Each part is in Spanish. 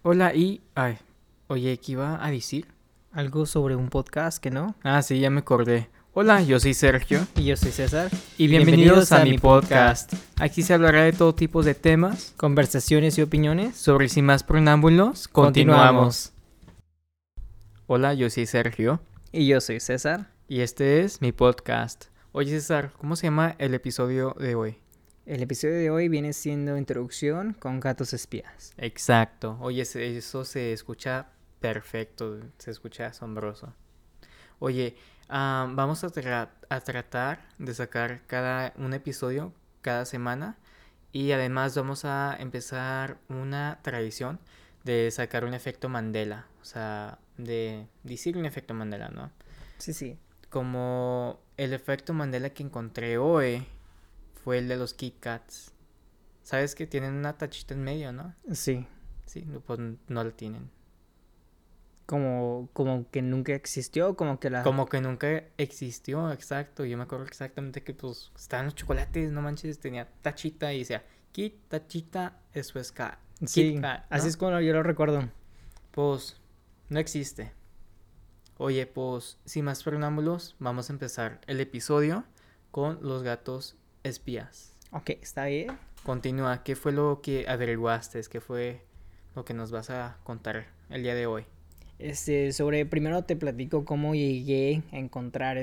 Hola oye, ¿qué iba a decir? Algo sobre un podcast que no. Ah, sí, ya me acordé. Hola, yo soy Sergio Y yo soy César. y bienvenidos a mi podcast. Aquí se hablará de todo tipo de temas. Conversaciones y opiniones. Sobre sin más preámbulos, continuamos. Hola, yo soy Sergio Y yo soy César. y este es mi podcast. Oye, César, ¿cómo se llama el episodio de hoy? El episodio de hoy viene siendo Introducción con gatos espías. Exacto. Oye, eso se escucha perfecto, se escucha asombroso. Oye, vamos a tratar de sacar un episodio cada semana y además vamos a empezar una tradición de sacar un efecto Mandela, o sea, de decir un efecto Mandela, ¿no? Sí. Como el efecto Mandela que encontré hoy fue el de los Kit Kats. ¿Sabes que tienen una tachita en medio, no? Sí. Sí, pues no la tienen. Como que nunca existió, como que la... Como que nunca existió, exacto. Yo me acuerdo exactamente que pues estaban los chocolates, no manches, tenía tachita y decía Kit, tachita, eso es Kat. Kit Sí, Kat, así ¿no? es como yo lo recuerdo. Pues no existe. Oye, pues sin más preámbulos, vamos a empezar el episodio con los gatos espías. Ok, está bien. Continúa, ¿qué fue lo que averiguaste? ¿Qué fue lo que nos vas a contar el día de hoy? Primero te platico cómo llegué a encontrar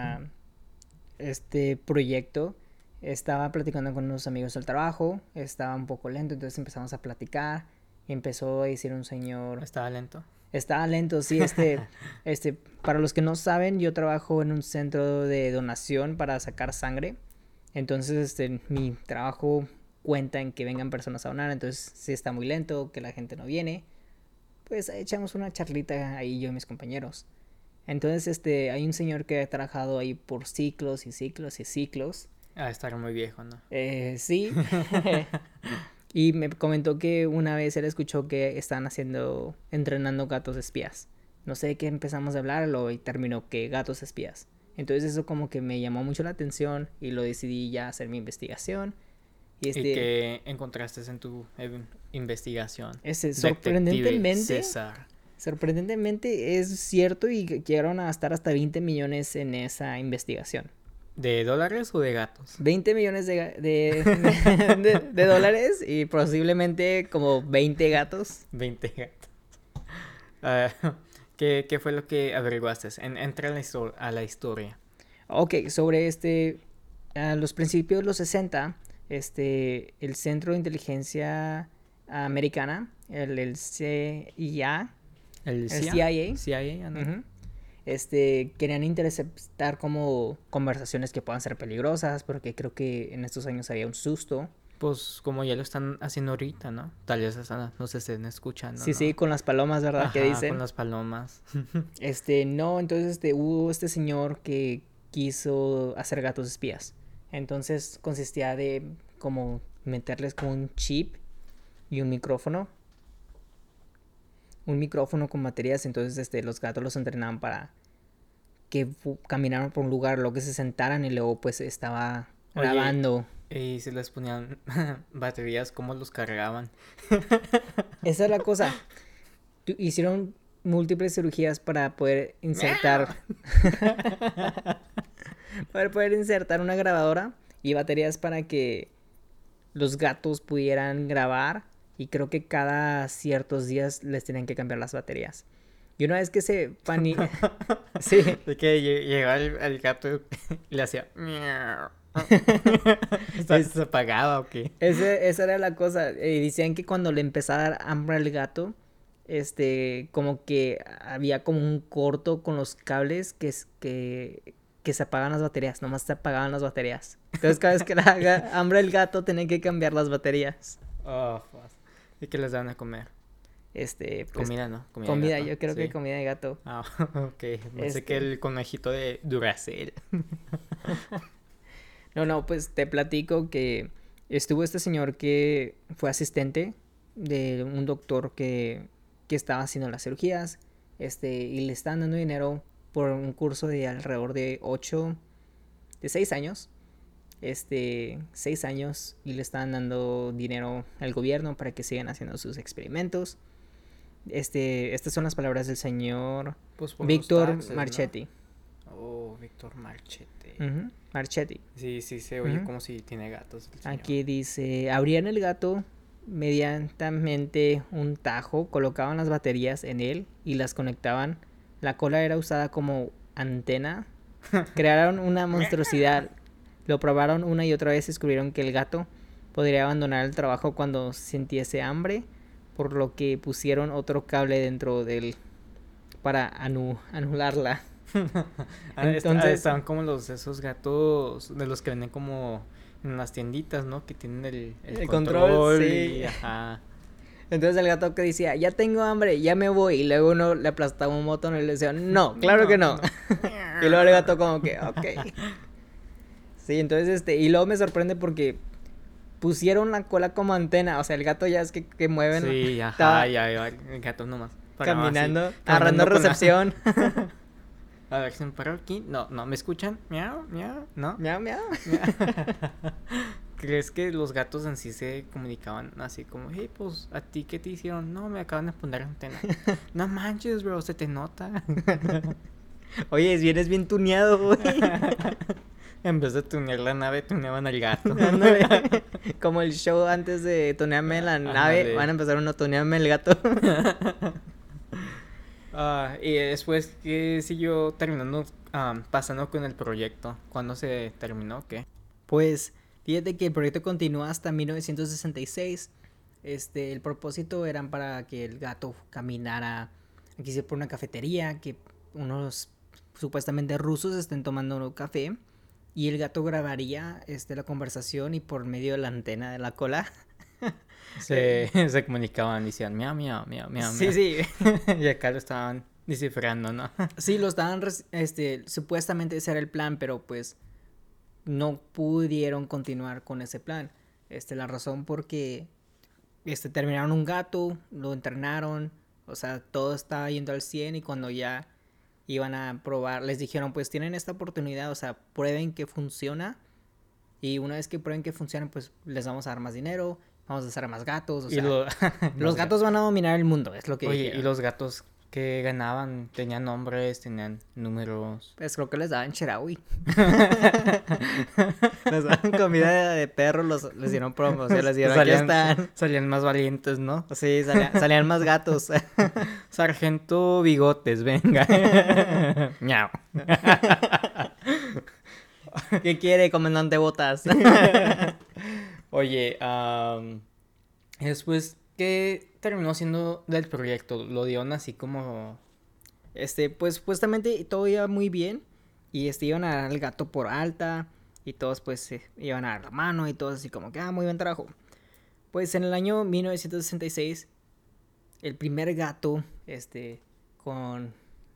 este proyecto. Estaba platicando con unos amigos del trabajo, estaba un poco lento, entonces empezamos a platicar y empezó a decir un señor... ¿Estaba lento? Estaba lento, sí, para los que no saben, yo trabajo en un centro de donación para sacar sangre, entonces, mi trabajo cuenta en que vengan personas a donar, entonces si está muy lento, que la gente no viene, pues echamos una charlita ahí yo y mis compañeros. Entonces, hay un señor que ha trabajado ahí por ciclos y ciclos y ciclos. Estar muy viejo, ¿no? Sí. Y me comentó que una vez él escuchó que estaban entrenando gatos espías. No sé de qué empezamos a hablarlo y terminó que gatos espías. Entonces eso como que me llamó mucho la atención y lo decidí ya hacer mi investigación. Y ¿Y qué encontraste en tu investigación? Detective sorprendentemente, César. sorprendentemente es cierto y llegaron a gastar hasta 20 millones en esa investigación. ¿De dólares o de gatos? 20 millones de dólares y posiblemente como 20 gatos. 20 gatos. Ah, ¿qué fue lo que averiguaste? Entra a la historia. Ok, sobre a los principios de los 60, el Centro de Inteligencia Americana, el CIA, ¿El el CIA? CIA, CIA, ¿no? ujú, querían interceptar como conversaciones que puedan ser peligrosas, porque creo que en estos años había un susto. Pues como ya lo están haciendo ahorita, ¿no? Tal vez no se estén escuchando, Sí, ¿no? con las palomas, ¿verdad? Que Ajá, con dicen. las palomas. No, entonces hubo este señor que quiso hacer gatos espías. Entonces consistía de como meterles como un chip y un micrófono con baterías. Entonces los gatos los entrenaban para que caminaran por un lugar, luego que se sentaran y luego pues estaba Oye, grabando. y si les ponían baterías, ¿cómo los cargaban? Esa es la cosa. Hicieron múltiples cirugías para poder ¡Miau! insertar una grabadora y baterías para que los gatos pudieran grabar, y creo que cada ciertos días les tenían que cambiar las baterías. Y una vez que sí. De que llegaba el gato y le hacía miau. ¿Se apagaba o qué? Esa era la cosa. Decían que cuando le empezaba a dar hambre al gato, como que había como un corto con los cables que se apagan las baterías, nomás se apagaban las baterías. Entonces cada vez que le haga hambre el gato, tenía que cambiar las baterías. Oh, fuck. ¿Y qué les dan a comer? Pues Comida, ¿no? Comida de comida, gato. yo creo que Sí. comida de gato. Ah, ok. Pensé que Este, el conejito de Duracell. no, pues te platico que estuvo este señor que fue asistente de un doctor que estaba haciendo las cirugías, y le están dando dinero por un curso de alrededor de 6 años, 6 años, y le están dando dinero al gobierno para que sigan haciendo sus experimentos. Estas son las palabras del señor Pues por los Víctor taxes, ¿no? Marchetti. Oh, Víctor Marchete. Ujú, Marchetti. Sí, sí, se oye Ujú. como si tiene gatos el señor. Aquí dice, abrían el gato mediante un tajo, colocaban las baterías en él y las conectaban. La cola era usada como antena. Crearon una monstruosidad. Lo probaron una y otra vez y descubrieron que el gato podría abandonar el trabajo cuando sintiese hambre, por lo que pusieron otro cable dentro del para anularla. Entonces, Estaban como esos gatos de los que venden como en las tienditas, ¿no? Que tienen el el control, sí. y ajá. Entonces el gato que decía, ya tengo hambre, ya me voy. Y luego uno le aplastaba un botón y le decía, no, claro que no. Y luego el gato como que, ok. Sí, entonces y luego me sorprende porque pusieron la cola como antena. O sea, el gato ya es que mueven. Sí, ajá, Estaba ya, el gato nomás. Paraba caminando, así, agarrando con la- recepción. A ver, ¿se me paró aquí? No, ¿me escuchan? Miau, miau, ¿no? Miau, miau. ¿Crees que los gatos en sí se comunicaban así como, hey, pues, ¿a ti qué te hicieron? No, me acaban de poner antena. No manches, bro, se te nota. Oye, vienes bien tuneado, güey. En vez de tunear la nave, tuneaban al gato. Ándale. Como el show antes de tunearme la nave, Ándale. van a empezar uno a tunearme el gato. Y después, ¿qué siguió terminando, pasando con el proyecto? ¿Cuándo se terminó? ¿Qué? Pues, fíjate que el proyecto continúa hasta 1966. El propósito era para que el gato caminara aquí por una cafetería, que unos supuestamente rusos estén tomando café y el gato grabaría la conversación y por medio de la antena de la cola. Se comunicaban, decían miau, miau, miau, miau, Sí, miau. sí. Y acá lo estaban descifrando, ¿no? Sí, lo estaban, supuestamente ese era el plan, pero pues no pudieron continuar con ese plan. La razón porque terminaron un gato, lo entrenaron, o sea, todo estaba yendo al 100 y cuando ya iban a probar, les dijeron, pues tienen esta oportunidad, o sea, prueben que funciona y una vez que prueben que funciona, pues les vamos a dar más dinero, vamos a hacer más gatos, o Y sea, los gatos van a dominar el mundo, es lo que Oye, dijeron. ¿y los gatos que ganaban? ¿Tenían nombres? ¿Tenían números? Pues creo que les daban cheraui. Les daban comida de perro, les dieron promoción, les dieron, aquí están. Salían más valientes, ¿no? Sí, salían más gatos. Sargento Bigotes, venga. Miau. ¿Qué quiere, comandante Botas? Oye, después, ¿qué terminó siendo del proyecto? ¿Lo dieron así como...? Pues supuestamente todo iba muy bien y iban a dar el gato por alta y todos pues iban a dar la mano y todos así como que, muy buen trabajo. Pues en el año 1966, el primer gato, con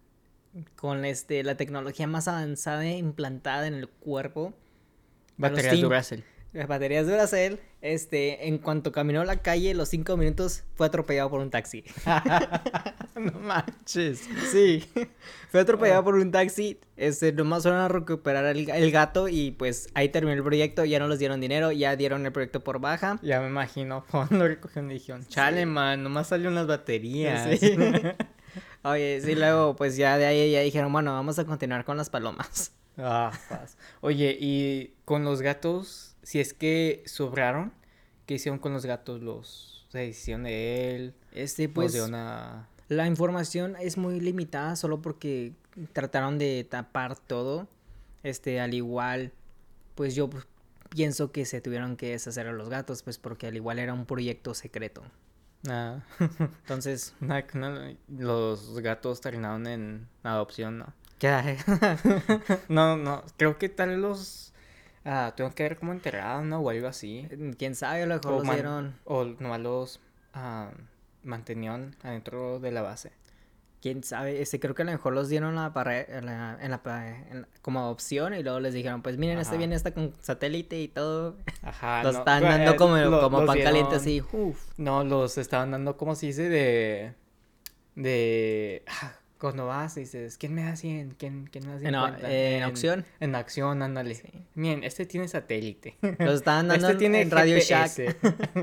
la tecnología más avanzada implantada en el cuerpo. Baterías Duracell. Las baterías Duracell, en cuanto caminó a la calle, los 5 minutos fue atropellado por un taxi. No manches. Sí, fue atropellado por un taxi, nomás fueron a recuperar el gato y pues ahí terminó el proyecto, ya no les dieron dinero, ya dieron el proyecto por baja. Ya me imagino cuando recogieron y dijeron, chale, man, nomás salieron las baterías. Sí. Oye, sí, luego pues ya de ahí ya dijeron, bueno, vamos a continuar con las palomas. Oye, y con los gatos, si es que sobraron, ¿qué hicieron con los gatos? ¿Se hicieron de él? Pues ¿Los dieron a...? la información es muy limitada solo porque trataron de tapar todo. Al igual, pues yo pienso que se tuvieron que deshacer a los gatos, pues porque al igual era un proyecto secreto. Entonces, los gatos terminaron en adopción, ¿no? ¿qué? No, creo que tal vez los tuvieron que haber como enterrados, ¿no? O algo así. Quién sabe, a lo mejor los dieron. O nomás los mantenían adentro de la base. Quién sabe, creo que a lo mejor los dieron como adopción y luego les dijeron, pues miren, viene esta con satélite y todo. Ajá. Los estaban dando como pan dieron, caliente así. No, los estaban dando como se dice Cuando vas y dices, ¿quién me da 100? ¿Quién me da 50? En opción. En acción, ándale. Sí. Miren, este tiene satélite. Los estaban dando Este tiene en Radio Shack. GPS.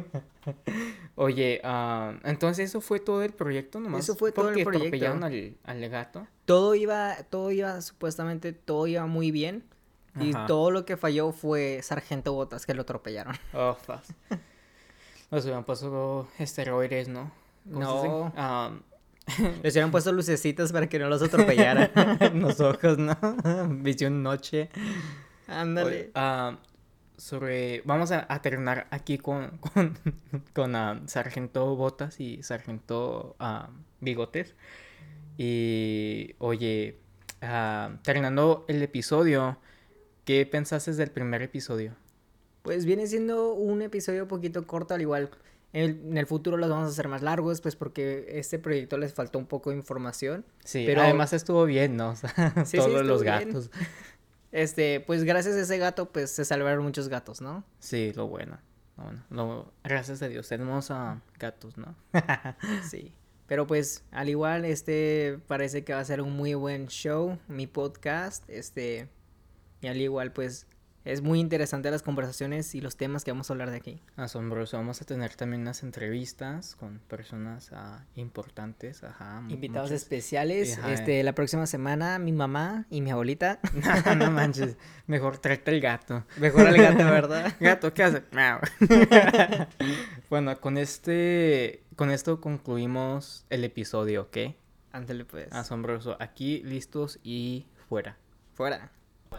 Oye, entonces eso fue todo el proyecto nomás. Eso fue todo el porque proyecto. atropellaron al gato. Todo iba, supuestamente, todo iba muy bien. Y Ajá. todo lo que falló fue Sargento Botas, que lo atropellaron. Oh, fast. Nos hubieran puesto esteroides, ¿no? ¿Cómo se No. dicen? Les hubieran puesto lucecitas para que no los atropellaran. En los ojos, ¿no? Visión noche. Ándale. Vamos a terminar aquí con Sargento Botas y Sargento Bigotes. Y oye, terminando el episodio, ¿qué pensaste del primer episodio? Pues viene siendo un episodio un poquito corto, al igual. En el futuro los vamos a hacer más largos, pues porque este proyecto les faltó un poco de información. Sí, pero además estuvo bien, ¿no? O sea, Sí, todos estuvo los bien. gatos. Pues gracias a ese gato, pues se salvaron muchos gatos, ¿no? Sí, lo bueno. Gracias a Dios, tenemos gatos, ¿no? Sí. Pero pues, al igual, parece que va a ser un muy buen show, mi podcast, y al igual, pues, es muy interesante las conversaciones y los temas que vamos a hablar de aquí. Asombroso. Vamos a tener también unas entrevistas con personas importantes. Ajá. Invitados muchas. especiales, Ajá. La próxima semana, mi mamá y mi abuelita. No manches. Mejor tráete el gato. Mejor al gato, ¿verdad? Gato, ¿qué hace? Miau. Bueno, con esto concluimos el episodio, ¿ok? Ándale, pues. Asombroso. Aquí, listos y fuera. Fuera.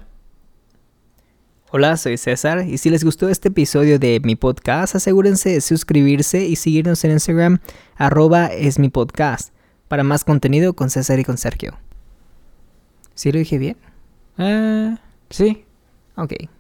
Hola, soy César y si les gustó este episodio de mi podcast, asegúrense de suscribirse y seguirnos en Instagram @esmipodcast para más contenido con César y con Sergio. ¿Sí lo dije bien? Sí. Ok.